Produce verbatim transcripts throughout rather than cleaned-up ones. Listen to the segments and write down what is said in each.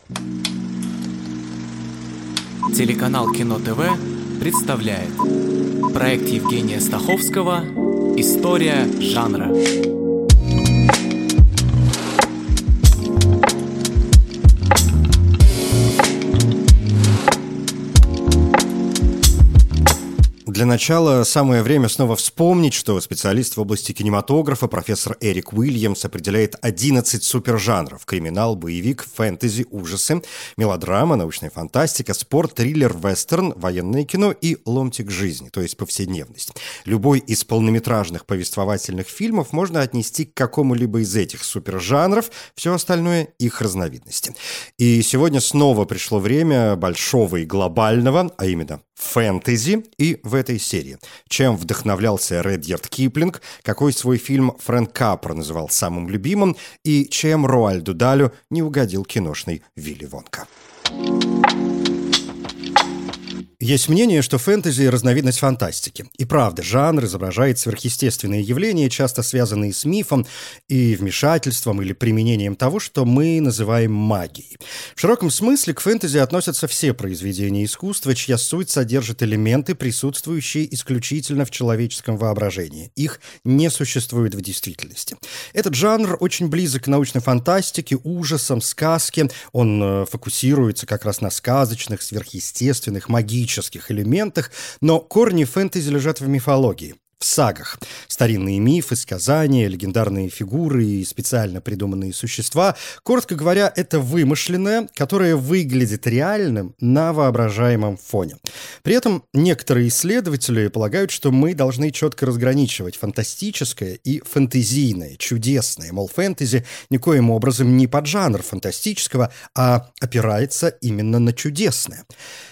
Телеканал Кино ТВ представляет проект Евгения Стаховского «История жанра». Для начала самое время снова вспомнить, что специалист в области кинематографа профессор Эрик Уильямс определяет одиннадцать супержанров: криминал, боевик, фэнтези, ужасы, мелодрама, научная фантастика, спорт, триллер, вестерн, военное кино и ломтик жизни, то есть повседневность. Любой из полнометражных повествовательных фильмов можно отнести к какому-либо из этих супержанров, все остальное — их разновидности. И сегодня снова пришло время большого и глобального, а именно фэнтези, и в этой серии. Чем вдохновлялся Редьярд Киплинг, какой свой фильм Фрэнк Капра называл самым любимым, и чем Роальду Далю не угодил киношный Вилли Вонка. Есть мнение, что фэнтези – разновидность фантастики. И правда, жанр изображает сверхъестественные явления, часто связанные с мифом и вмешательством или применением того, что мы называем магией. В широком смысле к фэнтези относятся все произведения искусства, чья суть содержит элементы, присутствующие исключительно в человеческом воображении. Их не существует в действительности. Этот жанр очень близок к научной фантастике, ужасам, сказке. Он фокусируется как раз на сказочных, сверхъестественных, магических элементах, но корни фэнтези лежат в мифологии, в сагах. Старинные мифы, сказания, легендарные фигуры и специально придуманные существа. Коротко говоря, это вымышленное, которое выглядит реальным на воображаемом фоне. При этом некоторые исследователи полагают, что мы должны четко разграничивать фантастическое и фэнтезийное, чудесное. Мол, фэнтези никоим образом не поджанр фантастического, а опирается именно на чудесное.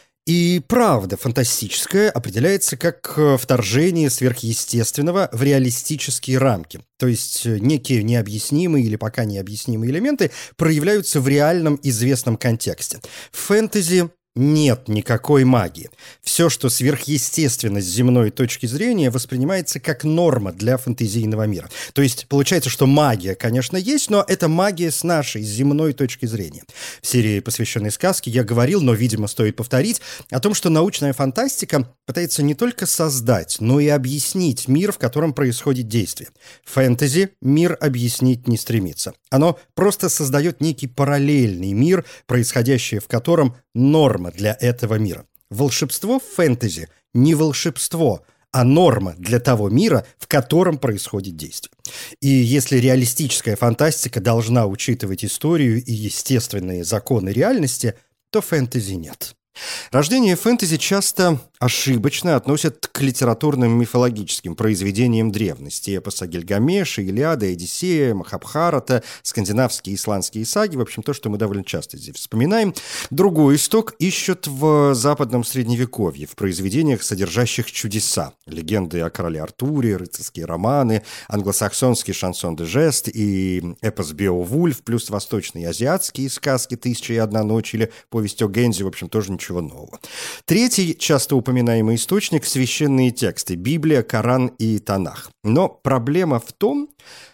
И правда, фантастическое определяется как вторжение сверхъестественного в реалистические рамки. То есть некие необъяснимые или пока необъяснимые элементы проявляются в реальном известном контексте. В фэнтези нет никакой магии. Все, что сверхъестественно с земной точки зрения, воспринимается как норма для фэнтезийного мира. То есть получается, что магия, конечно, есть, но это магия с нашей земной точки зрения. В серии, посвященной сказке, я говорил, но, видимо, стоит повторить, о том, что научная фантастика пытается не только создать, но и объяснить мир, в котором происходит действие. Фэнтези мир объяснить не стремится. Оно просто создает некий параллельный мир, происходящее в котором норма для этого мира. Волшебство в фэнтези не волшебство, а норма для того мира, в котором происходит действие. И если реалистическая фантастика должна учитывать историю и естественные законы реальности, то фэнтези нет. Рождение фэнтези часто ошибочно относят к литературным мифологическим произведениям древности: эпоса Гильгамеша, Илиада, Одиссея, Махабхарата, скандинавские и исландские саги, в общем, то, что мы довольно часто здесь вспоминаем. Другой исток ищут в западном средневековье, в произведениях, содержащих чудеса: легенды о короле Артуре, рыцарские романы, англосаксонский шансон де жест и эпос Беовульф, плюс восточные и азиатские сказки «Тысяча и одна ночь» или повесть о Гензе, в общем, тоже ничего нового. Третий, часто упоминаемый источник — священные тексты: Библия, Коран и Танах. Но проблема в том,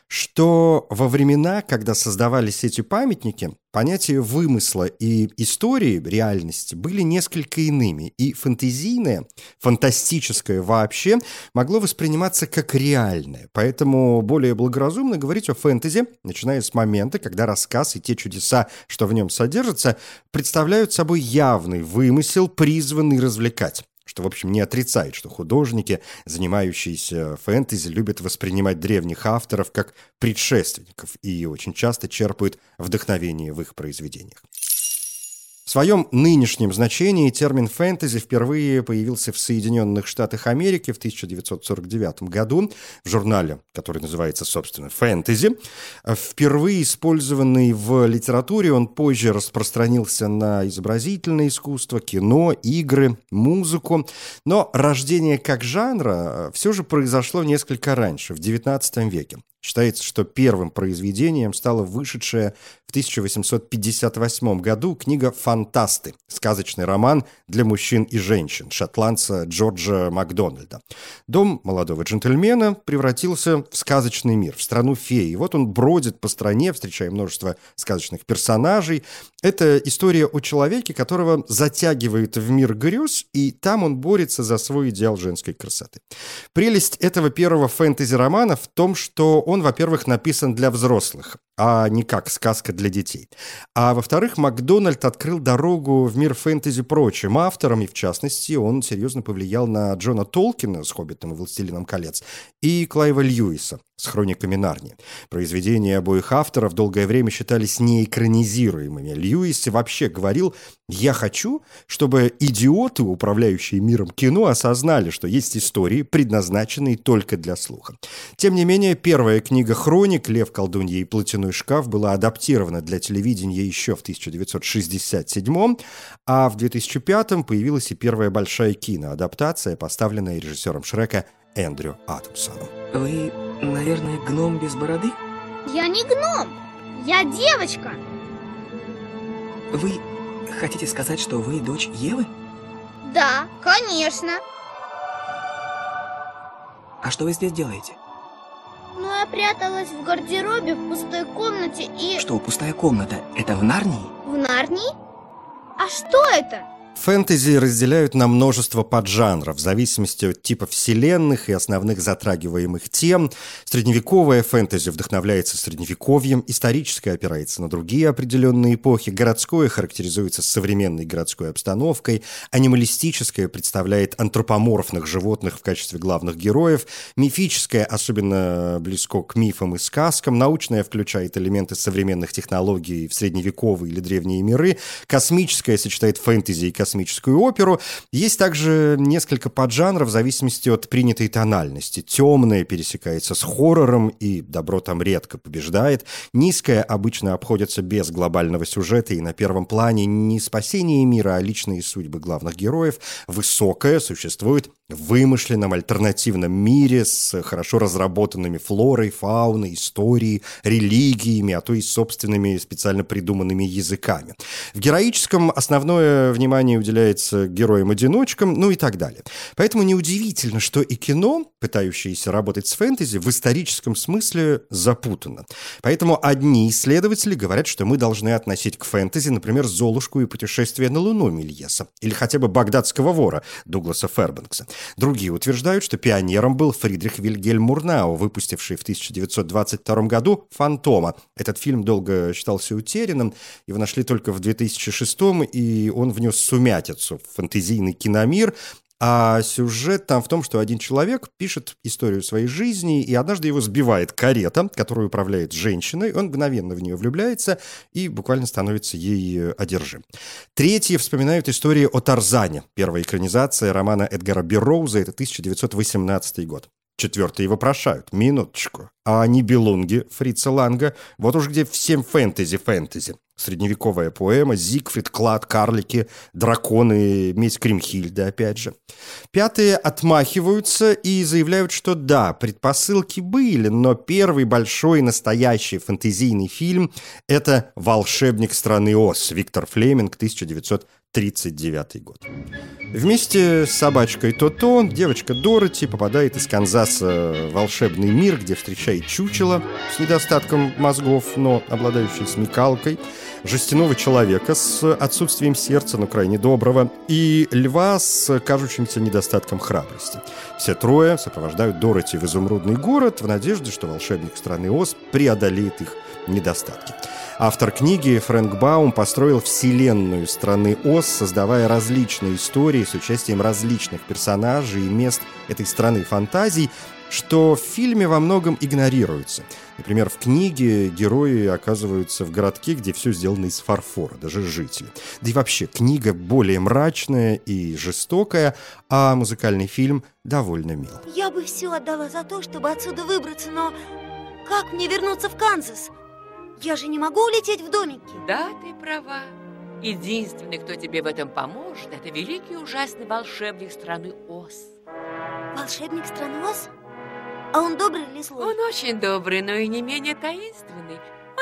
что во времена, когда создавались эти памятники, понятия вымысла и истории, реальности были несколько иными, и фэнтезийное, фантастическое вообще могло восприниматься как реальное. Поэтому более благоразумно говорить о фэнтези, начиная с момента, когда рассказ и те чудеса, что в нем содержатся, представляют собой явный вымысел, призванный развлекать. Что, в общем, не отрицает, что художники, занимающиеся фэнтези, любят воспринимать древних авторов как предшественников и очень часто черпают вдохновение в их произведениях. В своем нынешнем значении термин «фэнтези» впервые появился в Соединенных Штатах Америки в тысяча девятьсот сорок девятом году в журнале, который называется, собственно, «Фэнтези». Впервые использованный в литературе, он позже распространился на изобразительное искусство, кино, игры, музыку. Но рождение как жанра все же произошло несколько раньше, в девятнадцатом веке. Считается, что первым произведением стала вышедшая в тысяча восемьсот пятьдесят восьмом году книга «Фантасты», сказочный роман для мужчин и женщин шотландца Джорджа Макдональда. Дом молодого джентльмена превратился в сказочный мир, в страну фей. И вот он бродит по стране, встречая множество сказочных персонажей, Это история о человеке, которого затягивает в мир грез, и там он борется за свой идеал женской красоты. Прелесть этого первого фэнтези-романа в том, что он, во-первых, написан для взрослых, а не как сказка для детей. А во-вторых, Макдональд открыл дорогу в мир фэнтези прочим авторам, и в частности, он серьезно повлиял на Джона Толкина с «Хоббитом» и «Властелином колец» и Клайва Льюиса с «Хрониками Нарнии». Произведения обоих авторов долгое время считались неэкранизируемыми. Льюис вообще говорил: «Я хочу, чтобы идиоты, управляющие миром кино, осознали, что есть истории, предназначенные только для слуха». Тем не менее, первая книга «Хроник» «Лев, колдунья и платяной шкаф» была адаптирована для телевидения еще в тысяча девятьсот шестьдесят седьмом, а в две тысячи пятом появилась и первая большая киноадаптация, поставленная режиссером Шрека Эндрю Адамсоном. Вы, наверное, гном без бороды? Я не гном, я девочка. Вы хотите сказать, что вы дочь Евы? Да, конечно. А что вы здесь делаете? Ну, я пряталась в гардеробе в пустой комнате и... Что, пустая комната? Это в Нарнии? В Нарнии? А что это? Фэнтези разделяют на множество поджанров в зависимости от типа вселенных и основных затрагиваемых тем. Средневековое фэнтези вдохновляется средневековьем, историческое опирается на другие определенные эпохи, городское характеризуется современной городской обстановкой, анималистическое представляет антропоморфных животных в качестве главных героев, мифическое особенно близко к мифам и сказкам, научное включает элементы современных технологий в средневековые или древние миры, космическое сочетает фэнтези и космическую космическую оперу. Есть также несколько поджанров в зависимости от принятой тональности. Темное пересекается с хоррором, и добро там редко побеждает. Низкое обычно обходится без глобального сюжета, и на первом плане не спасение мира, а личные судьбы главных героев. Высокое существует в вымышленном альтернативном мире с хорошо разработанными флорой, фауной, историей, религиями, а то и собственными специально придуманными языками. В героическом основное внимание уделяется героям-одиночкам, ну и так далее. Поэтому неудивительно, что и кино, пытающееся работать с фэнтези, в историческом смысле запутано. Поэтому одни исследователи говорят, что мы должны относить к фэнтези, например, «Золушку» и «Путешествие на Луну» Мельеса, или хотя бы «Багдадского вора» Дугласа Фербенкса. Другие утверждают, что пионером был Фридрих Вильгельм Мурнау, выпустивший в тысяча девятьсот двадцать втором году «Фантома». Этот фильм долго считался утерянным, его нашли только в две тысячи шестом, и он внес сумятицу в фэнтезийный киномир. А сюжет там в том, что один человек пишет историю своей жизни, и однажды его сбивает карета, которую управляет женщиной, он мгновенно в нее влюбляется и буквально становится ей одержим. Третьи вспоминают историю о Тарзане. Первая экранизация романа Эдгара Берроуза, это тысяча девятьсот восемнадцатый год. Четвертые вопрошают: минуточку, а Нибелунги Фрица Ланга? Вот уж где всем фэнтези-фэнтези. Средневековая поэма, Зигфрид, Клад, карлики, драконы, месть Кримхильды, опять же. Пятые отмахиваются и заявляют, что да, предпосылки были, но первый большой настоящий фэнтезийный фильм – это «Волшебник страны Оз» Виктор Флеминг, тысяча девятьсот тридцать девятый год. Вместе с собачкой То-То девочка Дороти попадает из Канзаса в волшебный мир, где встречает чучело с недостатком мозгов, но обладающий смекалкой, жестяного человека с отсутствием сердца, но крайне доброго, и льва с кажущимся недостатком храбрости. Все трое сопровождают Дороти в изумрудный город в надежде, что волшебник страны Оз преодолеет их недостатки. Автор книги Фрэнк Баум построил вселенную страны Оз, создавая различные истории с участием различных персонажей и мест этой страны фантазий, что в фильме во многом игнорируется. Например, в книге герои оказываются в городке, где все сделано из фарфора, даже жители. Да и вообще, книга более мрачная и жестокая, а музыкальный фильм довольно мил. Я бы все отдала за то, чтобы отсюда выбраться, но как мне вернуться в Канзас? Я же не могу улететь в домике. Да, ты права. Единственный, кто тебе в этом поможет, это великий ужасный волшебник страны Оз. Волшебник страны Оз? А он добрый или злой? Он очень добрый, но и не менее таинственный. Он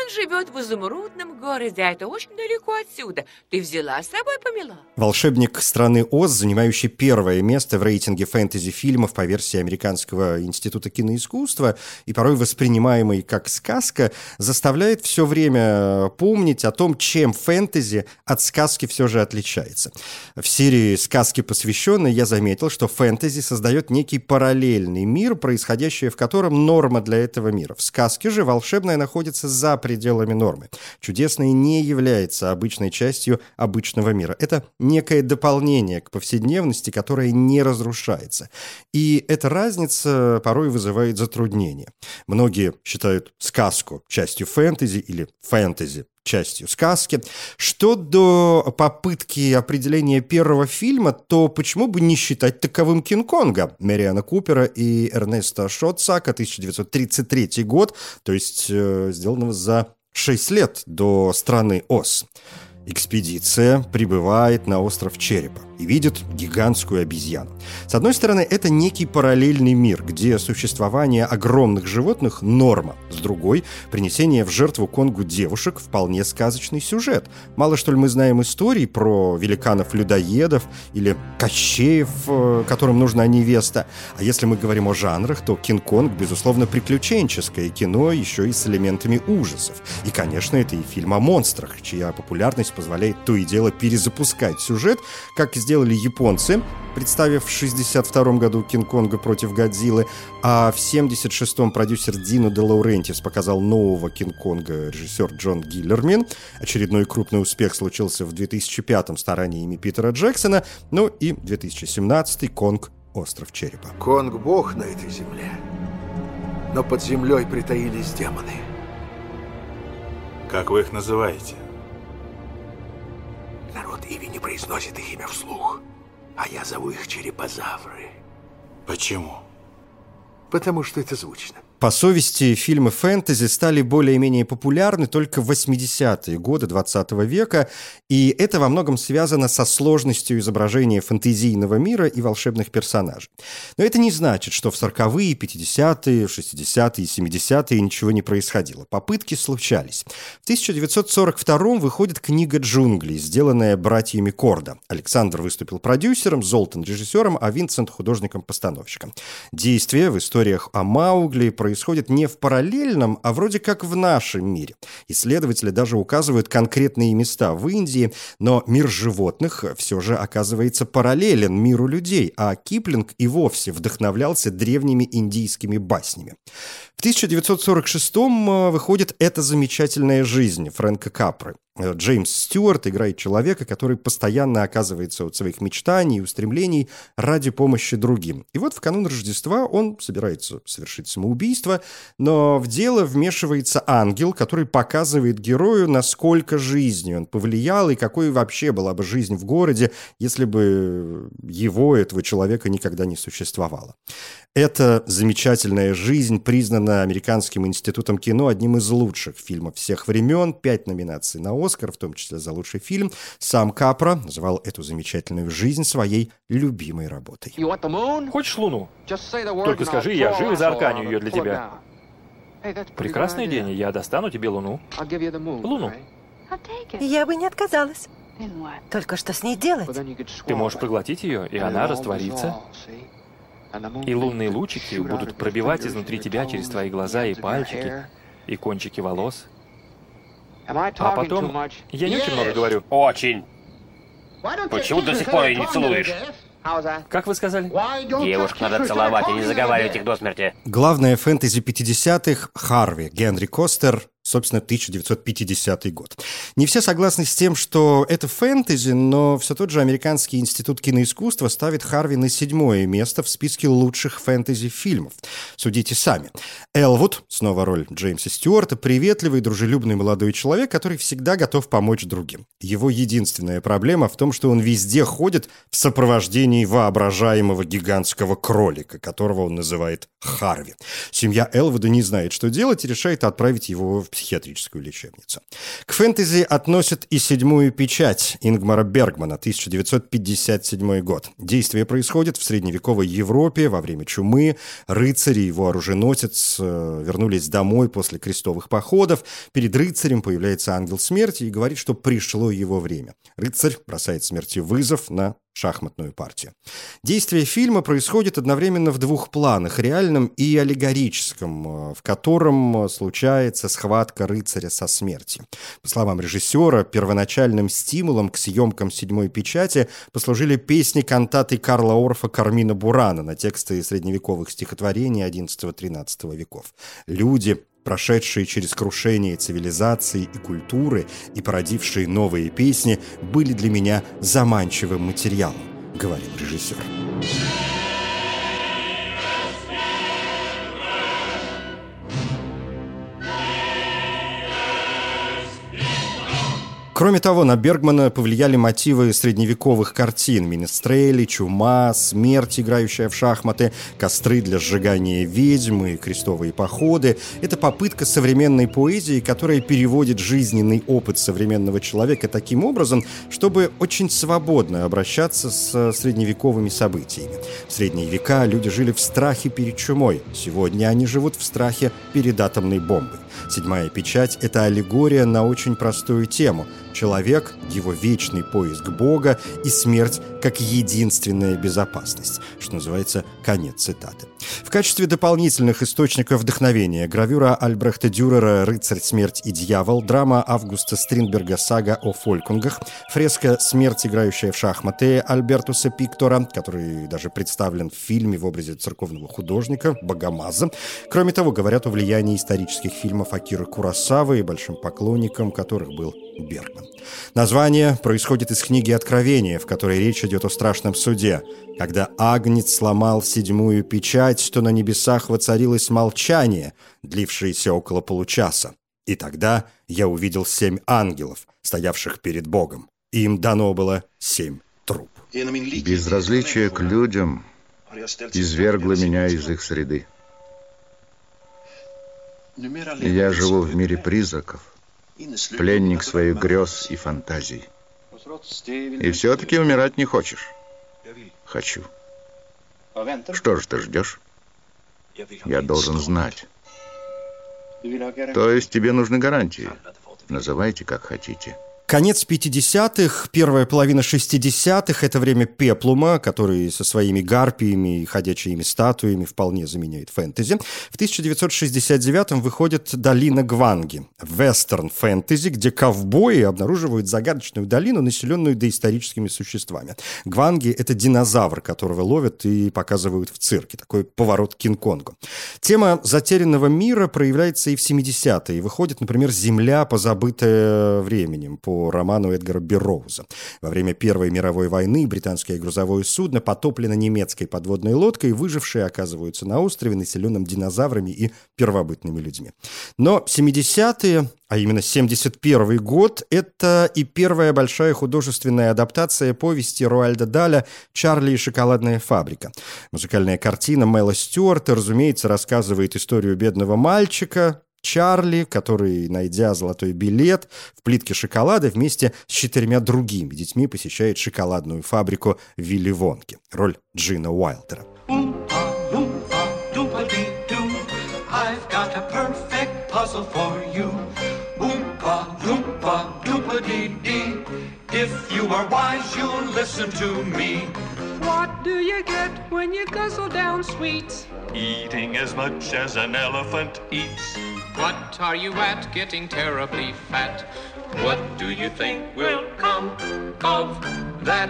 он живет в изумрудном городе, а это очень далеко отсюда. Ты взяла с собой помела? Волшебник страны Оз, занимающий первое место в рейтинге фэнтези-фильмов по версии Американского института киноискусства и порой воспринимаемый как сказка, заставляет все время помнить о том, чем фэнтези от сказки все же отличается. В серии «Сказки посвященные» я заметил, что фэнтези создает некий параллельный мир, происходящее в котором норма для этого мира. В сказке же волшебное находится за пределами нормы. Чудесное не является обычной частью обычного мира. Это некое дополнение к повседневности, которое не разрушается. И эта разница порой вызывает затруднения. Многие считают сказку частью фэнтези или фэнтези частью сказки. Что до попытки определения первого фильма, то почему бы не считать таковым «Кинг-Конга» Мэриана Купера и Эрнеста Шотсака, тысяча девятьсот тридцать третий год, то есть э, сделанного за шесть лет до страны Оз. Экспедиция прибывает на остров Черепа и видит гигантскую обезьяну. С одной стороны, это некий параллельный мир, где существование огромных животных – норма. С другой, принесение в жертву Конгу девушек – вполне сказочный сюжет. Мало что ли мы знаем историй про великанов-людоедов или Кощеев, которым нужна невеста. А если мы говорим о жанрах, то «Кинг-Конг» – безусловно, приключенческое кино, еще и с элементами ужасов. И, конечно, это и фильм о монстрах, чья популярность позволяет то и дело перезапускать сюжет, как сделали японцы, представив в шестьдесят втором году «Кинг-Конга против Годзиллы», а в семьдесят шестом продюсер Дино де Лаурентис показал нового «Кинг-Конга» режиссер Джон Гиллермин. Очередной крупный успех случился в две тысячи пятом стараниями Питера Джексона, ну и две тысячи семнадцатый «Конг. Остров Черепа». Конг — бог на этой земле, но под землей притаились демоны. Как вы их называете? Народ Иви не произносит их имя вслух, а я зову их черепозавры. Почему? Потому что это звучно. По совести, фильмы фэнтези стали более-менее популярны только в восьмидесятые годы двадцатого века, и это во многом связано со сложностью изображения фэнтезийного мира и волшебных персонажей. Но это не значит, что в сороковые, пятидесятые, шестидесятые и семидесятые ничего не происходило. Попытки случались. В тысяча девятьсот сорок втором выходит «Книга джунглей», сделанная братьями Кордо. Александр выступил продюсером, Золтан режиссером, а Винсент художником-постановщиком. Действие в историях о Маугли происходит не в параллельном, а вроде как в нашем мире. Исследователи даже указывают конкретные места в Индии, но мир животных все же оказывается параллелен миру людей, а Киплинг и вовсе вдохновлялся древними индийскими баснями. В тысяча девятьсот сорок шестом выходит «Это замечательная жизнь» Фрэнка Капры. Джеймс Стюарт играет человека, который постоянно оказывается от своих мечтаний и устремлений ради помощи другим. И вот в канун Рождества он собирается совершить самоубийство, но в дело вмешивается ангел, который показывает герою, насколько жизнью он повлиял и какой вообще была бы жизнь в городе, если бы его, этого человека, никогда не существовало. «Это замечательная жизнь» признана Американским институтом кино одним из лучших фильмов всех времен, пять номинаций на «Оскар», в том числе за лучший фильм. Сам Капра называл эту замечательную жизнь своей любимой работой. Хочешь Луну? Только скажи, я жив и заарканю ее для тебя. Прекрасная идея, я достану тебе Луну. Луну. Я бы не отказалась. Только что с ней делать? Ты можешь проглотить ее, и она растворится. И лунные лучики будут пробивать изнутри тебя через твои глаза и пальчики, и кончики волос. А потом... Я не очень много говорю. Очень. Почему до сих пор ее не целуешь? Как вы сказали? Девушек надо целовать и не заговаривать их до смерти. Главное фэнтези пятидесятых «Харви» Генри Костер, собственно, тысяча девятьсот пятидесятый год. Не все согласны с тем, что это фэнтези, но все тот же Американский институт киноискусства ставит «Харви» на седьмое место в списке лучших фэнтези-фильмов. Судите сами. Элвуд, снова роль Джеймса Стюарта, приветливый, дружелюбный молодой человек, который всегда готов помочь другим. Его единственная проблема в том, что он везде ходит в сопровождении воображаемого гигантского кролика, которого он называет Харви. Семья Элвуда не знает, что делать, и решает отправить его в психиатрическую лечебницу. К фэнтези относят и «Седьмую печать» Ингмара Бергмана, тысяча девятьсот пятьдесят седьмой год. Действие происходит в средневековой Европе во время чумы. Рыцари и его оруженосец вернулись домой после крестовых походов. Перед рыцарем появляется ангел смерти и говорит, что пришло его время. Рыцарь бросает смерти вызов на шахматную партию. Действие фильма происходит одновременно в двух планах, реальном и аллегорическом, в котором случается схватка рыцаря со смертью. По словам режиссера, первоначальным стимулом к съемкам «Седьмой печати» послужили песни кантаты Карла Орфа «Кармина Бурана» на тексты средневековых стихотворений одиннадцатого-тринадцатого веков. Люди, прошедшие через крушение цивилизации и культуры и породившие новые песни, были для меня заманчивым материалом, говорил режиссер. Кроме того, на Бергмана повлияли мотивы средневековых картин: «Менестрели», «Чума», «Смерть, играющая в шахматы», «Костры для сжигания ведьм» и «Крестовые походы». Это попытка современной поэзии, которая переводит жизненный опыт современного человека таким образом, чтобы очень свободно обращаться с средневековыми событиями. В средние века люди жили в страхе перед чумой. Сегодня они живут в страхе перед атомной бомбой. «Седьмая печать» — это аллегория на очень простую тему — человек, его вечный поиск Бога и смерть как единственная безопасность, что называется, конец цитаты. В качестве дополнительных источников вдохновения гравюра Альбрехта Дюрера «Рыцарь, смерть и дьявол», драма Августа Стринберга «Сага о фолькунгах», фреска «Смерть, играющая в шахматы» Альбертуса Пиктора, который даже представлен в фильме в образе церковного художника Богомаза. Кроме того, говорят о влиянии исторических фильмов Акиры Куросавы, и большим поклонником которых был Бергман. Название происходит из книги «Откровение», в которой речь идет о страшном суде. Когда Агнец сломал седьмую печать, то на небесах воцарилось молчание, длившееся около получаса. И тогда я увидел семь ангелов, стоявших перед Богом. Им дано было семь труб. Безразличие к людям извергло меня из их среды. Я живу в мире призраков, пленник своих грез и фантазий. И все-таки умирать не хочешь? Хочу. Что же ты ждешь? Я должен знать. То есть тебе нужны гарантии? Называйте как хотите. Конец пятидесятых, первая половина шестидесятых – это время пеплума, который со своими гарпиями и ходячими статуями вполне заменяет фэнтези. В тысяча девятьсот шестьдесят девятом выходит «Долина Гванги» – вестерн-фэнтези, где ковбои обнаруживают загадочную долину, населенную доисторическими существами. Гванги – это динозавр, которого ловят и показывают в цирке. Такой поворот к Кинг-Конгу. Тема затерянного мира проявляется и в семидесятые. Выходит, например, «Земля, позабытая временем» по по роману Эдгара Берроуза. Во время Первой мировой войны британское грузовое судно потоплено немецкой подводной лодкой, и выжившие оказываются на острове, населенном динозаврами и первобытными людьми. Но семидесятые, а именно семьдесят первый год, это и первая большая художественная адаптация повести Роальда Даля «Чарли и шоколадная фабрика». Музыкальная картина Мэла Стюарта, разумеется, рассказывает историю бедного мальчика Чарли, который, найдя золотой билет в плитке шоколада, вместе с четырьмя другими детьми посещает шоколадную фабрику Вилли Вонки. Роль Джина Уайлдера. If you are wise, you'll listen to me. What do you get when you guzzle down sweets? Eating as much as an elephant eats. What are you at, getting terribly fat? What do you think will come of that?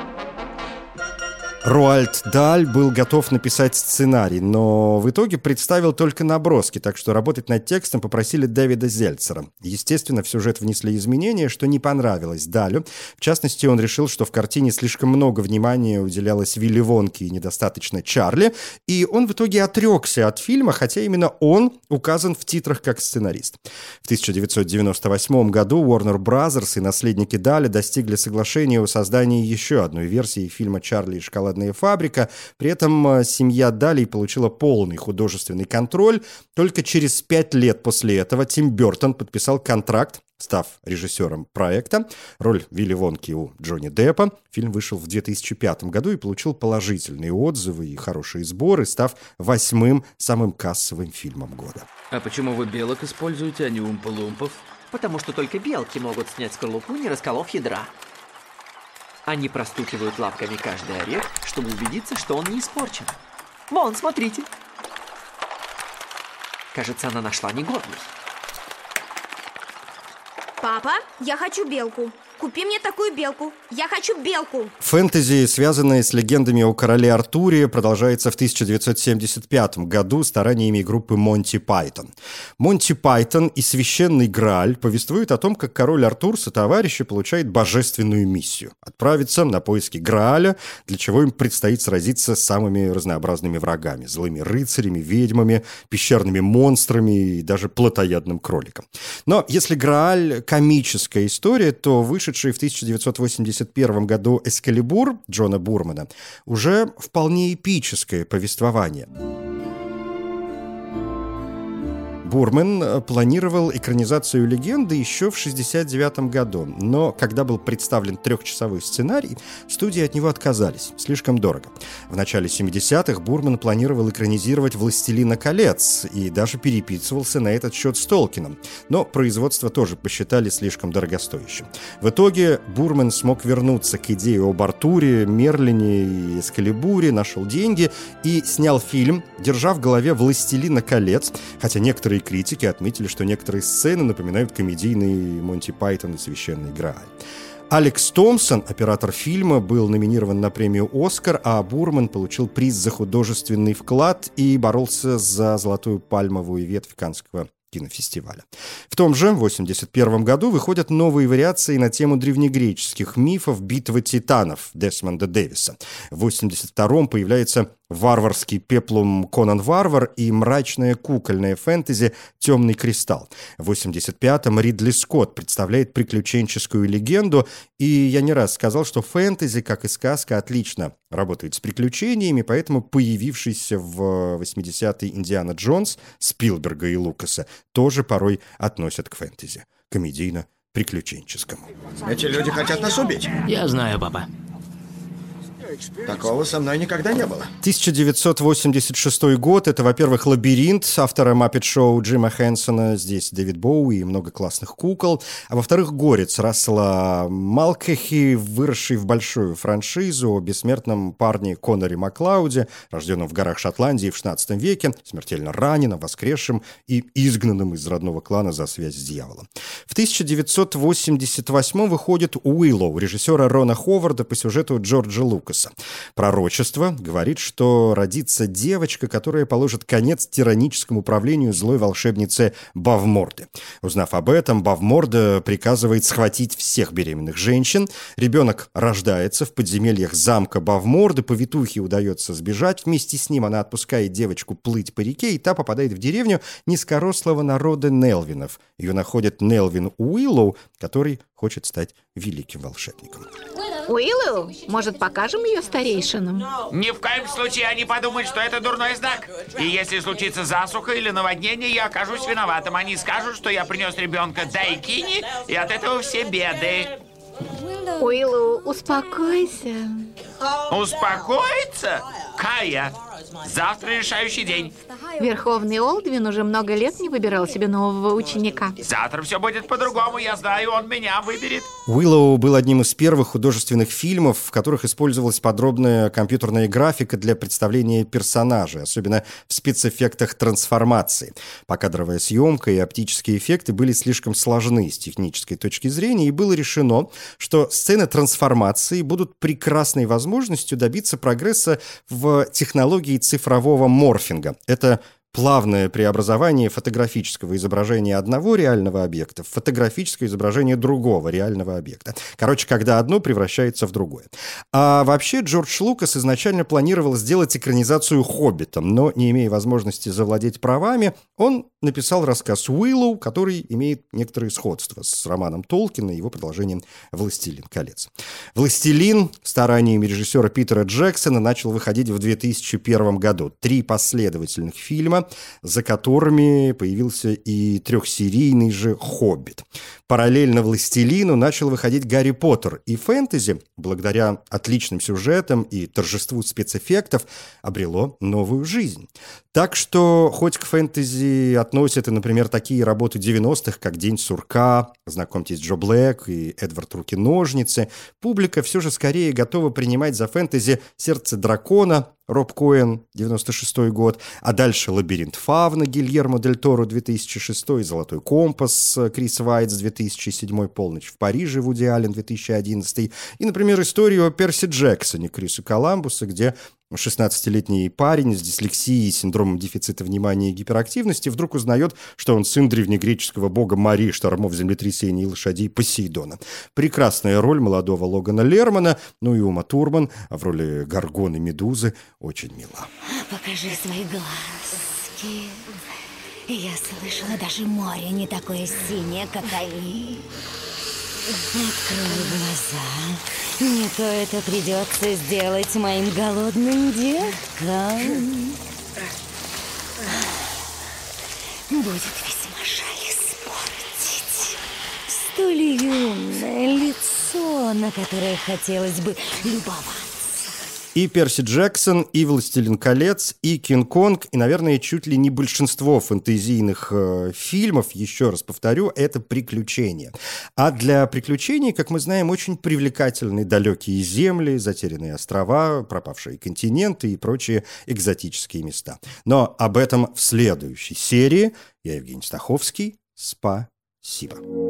Роальд Даль был готов написать сценарий, но в итоге представил только наброски, так что работать над текстом попросили Дэвида Зельцера. Естественно, в сюжет внесли изменения, что не понравилось Далю. В частности, он решил, что в картине слишком много внимания уделялось Вилли Вонке и недостаточно Чарли, и он в итоге отрекся от фильма, хотя именно он указан в титрах как сценарист. В тысяча девятьсот девяносто восьмом году Warner Brothers и наследники Даля достигли соглашения о создании еще одной версии фильма «Чарли и шоколадная шоколадная фабрика. При этом семья Далей получила полный художественный контроль. Только через пять лет после этого Тим Бёртон подписал контракт, став режиссером проекта. Роль Вилли Вонки у Джонни Деппа. Фильм вышел в две тысячи пятом году и получил положительные отзывы и хорошие сборы, став восьмым самым кассовым фильмом года. А почему вы белок используете, а не умпа-лумпов? Потому что только белки могут снять скорлупу, не расколов ядра. Они простукивают лапками каждый орех, чтобы убедиться, что он не испорчен. Вон, смотрите. Кажется, она нашла негодность. Папа, я хочу белку. Купи мне такую белку. Я хочу белку. Фэнтези, связанное с легендами о короле Артуре, продолжается в тысяча девятьсот семьдесят пятом году стараниями группы Монти Пайтон. Монти Пайтон и Священный Грааль повествуют о том, как король Артур со товарищи получает божественную миссию – отправиться на поиски Грааля, для чего им предстоит сразиться с самыми разнообразными врагами – злыми рыцарями, ведьмами, пещерными монстрами и даже плотоядным кроликом. Но если Грааль – комическая история, то выше вышедший в тысяча девятьсот восемьдесят первом году «Эскалибур» Джона Бурмана, уже вполне эпическое повествование. Бурман планировал экранизацию легенды еще в шестьдесят девятом году, но когда был представлен трехчасовой сценарий, студии от него отказались. Слишком дорого. В начале семидесятых Бурман планировал экранизировать «Властелина колец» и даже переписывался на этот счет с Толкином, но производство тоже посчитали слишком дорогостоящим. В итоге Бурман смог вернуться к идее об Артуре, Мерлине и Эскалибуре, нашел деньги и снял фильм, держа в голове «Властелина колец», хотя некоторые критики отметили, что некоторые сцены напоминают комедийный Монти Пайтон и Священный Грааль. Алекс Томпсон, оператор фильма, был номинирован на премию «Оскар», а Бурман получил приз за художественный вклад и боролся за золотую пальмовую ветвь Каннского кинофестиваля. В том же восемьдесят первом году выходят новые вариации на тему древнегреческих мифов «Битва титанов» Десмонда Дэвиса. В восемьдесят втором появляется варварский пеплум Конан Варвар и мрачное кукольное фэнтези «Темный кристалл». В восемьдесят пятом Ридли Скотт представляет приключенческую легенду, и я не раз сказал, что фэнтези, как и сказка, отлично работает с приключениями, поэтому появившийся в восьмидесятые Индиана Джонс Спилберга и Лукаса тоже порой относят к фэнтези, комедийно-приключенческому. Эти люди хотят нас убить. Я знаю, папа. Такого со мной никогда не было. тысяча девятьсот восемьдесят шестой год. Это, во-первых, «Лабиринт» автора «Маппет Шоу» Джима Хэнсона. Здесь Дэвид Боуи и много классных кукол. А во-вторых, «Горец» Рассела Малкахи, выросший в большую франшизу о бессмертном парне Коноре Маклауде, рожденном в горах Шотландии в шестнадцатом веке, смертельно раненом, воскресшем и изгнанным из родного клана за связь с дьяволом. В тысяча девятьсот восемьдесят восьмом выходит «Уиллоу» режиссера Рона Ховарда по сюжету Джорджа Лукаса. Пророчество говорит, что родится девочка, которая положит конец тираническому правлению злой волшебницы Бавморды. Узнав об этом, Бавморда приказывает схватить всех беременных женщин. Ребенок рождается в подземельях замка Бавморды, повитухе удается сбежать. Вместе с ним она отпускает девочку плыть по реке, и та попадает в деревню низкорослого народа Нелвинов. Ее находит Нелвин Уиллоу, который хочет стать великим волшебником. Уиллоу, может, покажем ее старейшинам? Ни в коем случае они подумают, что это дурной знак. И если случится засуха или наводнение, я окажусь виноватым. Они скажут, что я принес ребенка Дайкини, и от этого все беды. Уиллоу, успокойся. Успокоиться? Кая, завтра решающий день. Верховный Олдвин уже много лет не выбирал себе нового ученика. Завтра все будет по-другому, я знаю, он меня выберет. «Уиллоу» был одним из первых художественных фильмов, в которых использовалась подробная компьютерная графика для представления персонажей, особенно в спецэффектах трансформации. Покадровая съемка и оптические эффекты были слишком сложны с технической точки зрения, и было решено, что сцены трансформации будут прекрасной возможностью добиться прогресса в технологии цифрового морфинга. Это плавное преобразование фотографического изображения одного реального объекта в фотографическое изображение другого реального объекта. Короче, когда одно превращается в другое. А вообще Джордж Лукас изначально планировал сделать экранизацию «Хоббита», но, не имея возможности завладеть правами, он написал рассказ «Уиллоу», который имеет некоторые сходства с романом Толкина и его продолжением «Властелин колец». «Властелин» стараниями режиссера Питера Джексона начал выходить в две тысячи первом году. Три последовательных фильма, за которыми появился и трехсерийный же «Хоббит». Параллельно «Властелину» начал выходить «Гарри Поттер», и фэнтези, благодаря отличным сюжетам и торжеству спецэффектов, обрело новую жизнь. Так что, хоть к фэнтези относят, например, такие работы девяностых, как «День сурка», «Знакомьтесь, Джо Блэк» и «Эдвард Руки-ножницы», публика все же скорее готова принимать за фэнтези «Сердце дракона», Роб Коэн, девяносто шестой год, а дальше «Лабиринт Фавна» Гильермо Дель Торо, две тысячи шестой, «Золотой компас» Крис Вайтс, две тысячи седьмой, «Полночь в Париже» Вуди Аллен, две тысячи одиннадцатый, и, например, историю о Перси Джексоне Криса Коламбуса, где шестнадцатилетний парень с дислексией, синдромом дефицита внимания и гиперактивности вдруг узнает, что он сын древнегреческого бога Мари, штормов, землетрясений и лошадей Посейдона. Прекрасная роль молодого Логана Лермана, ну и Ума Турман в роли Горгоны Медузы очень мила. Покажи свои глазки. Я слышала, даже море не такое синее, как они. Открой глаза. Не то это придется сделать моим голодным деткам. Будет весьма жаль испортить столь юное лицо, на которое хотелось бы любоваться. И Перси Джексон, и «Властелин колец», и «Кинг-Конг», и, наверное, чуть ли не большинство фэнтезийных э, фильмов, еще раз повторю, это приключения. А для приключений, как мы знаем, очень привлекательны далекие земли, затерянные острова, пропавшие континенты и прочие экзотические места. Но об этом в следующей серии. Я Евгений Стаховский. Спасибо.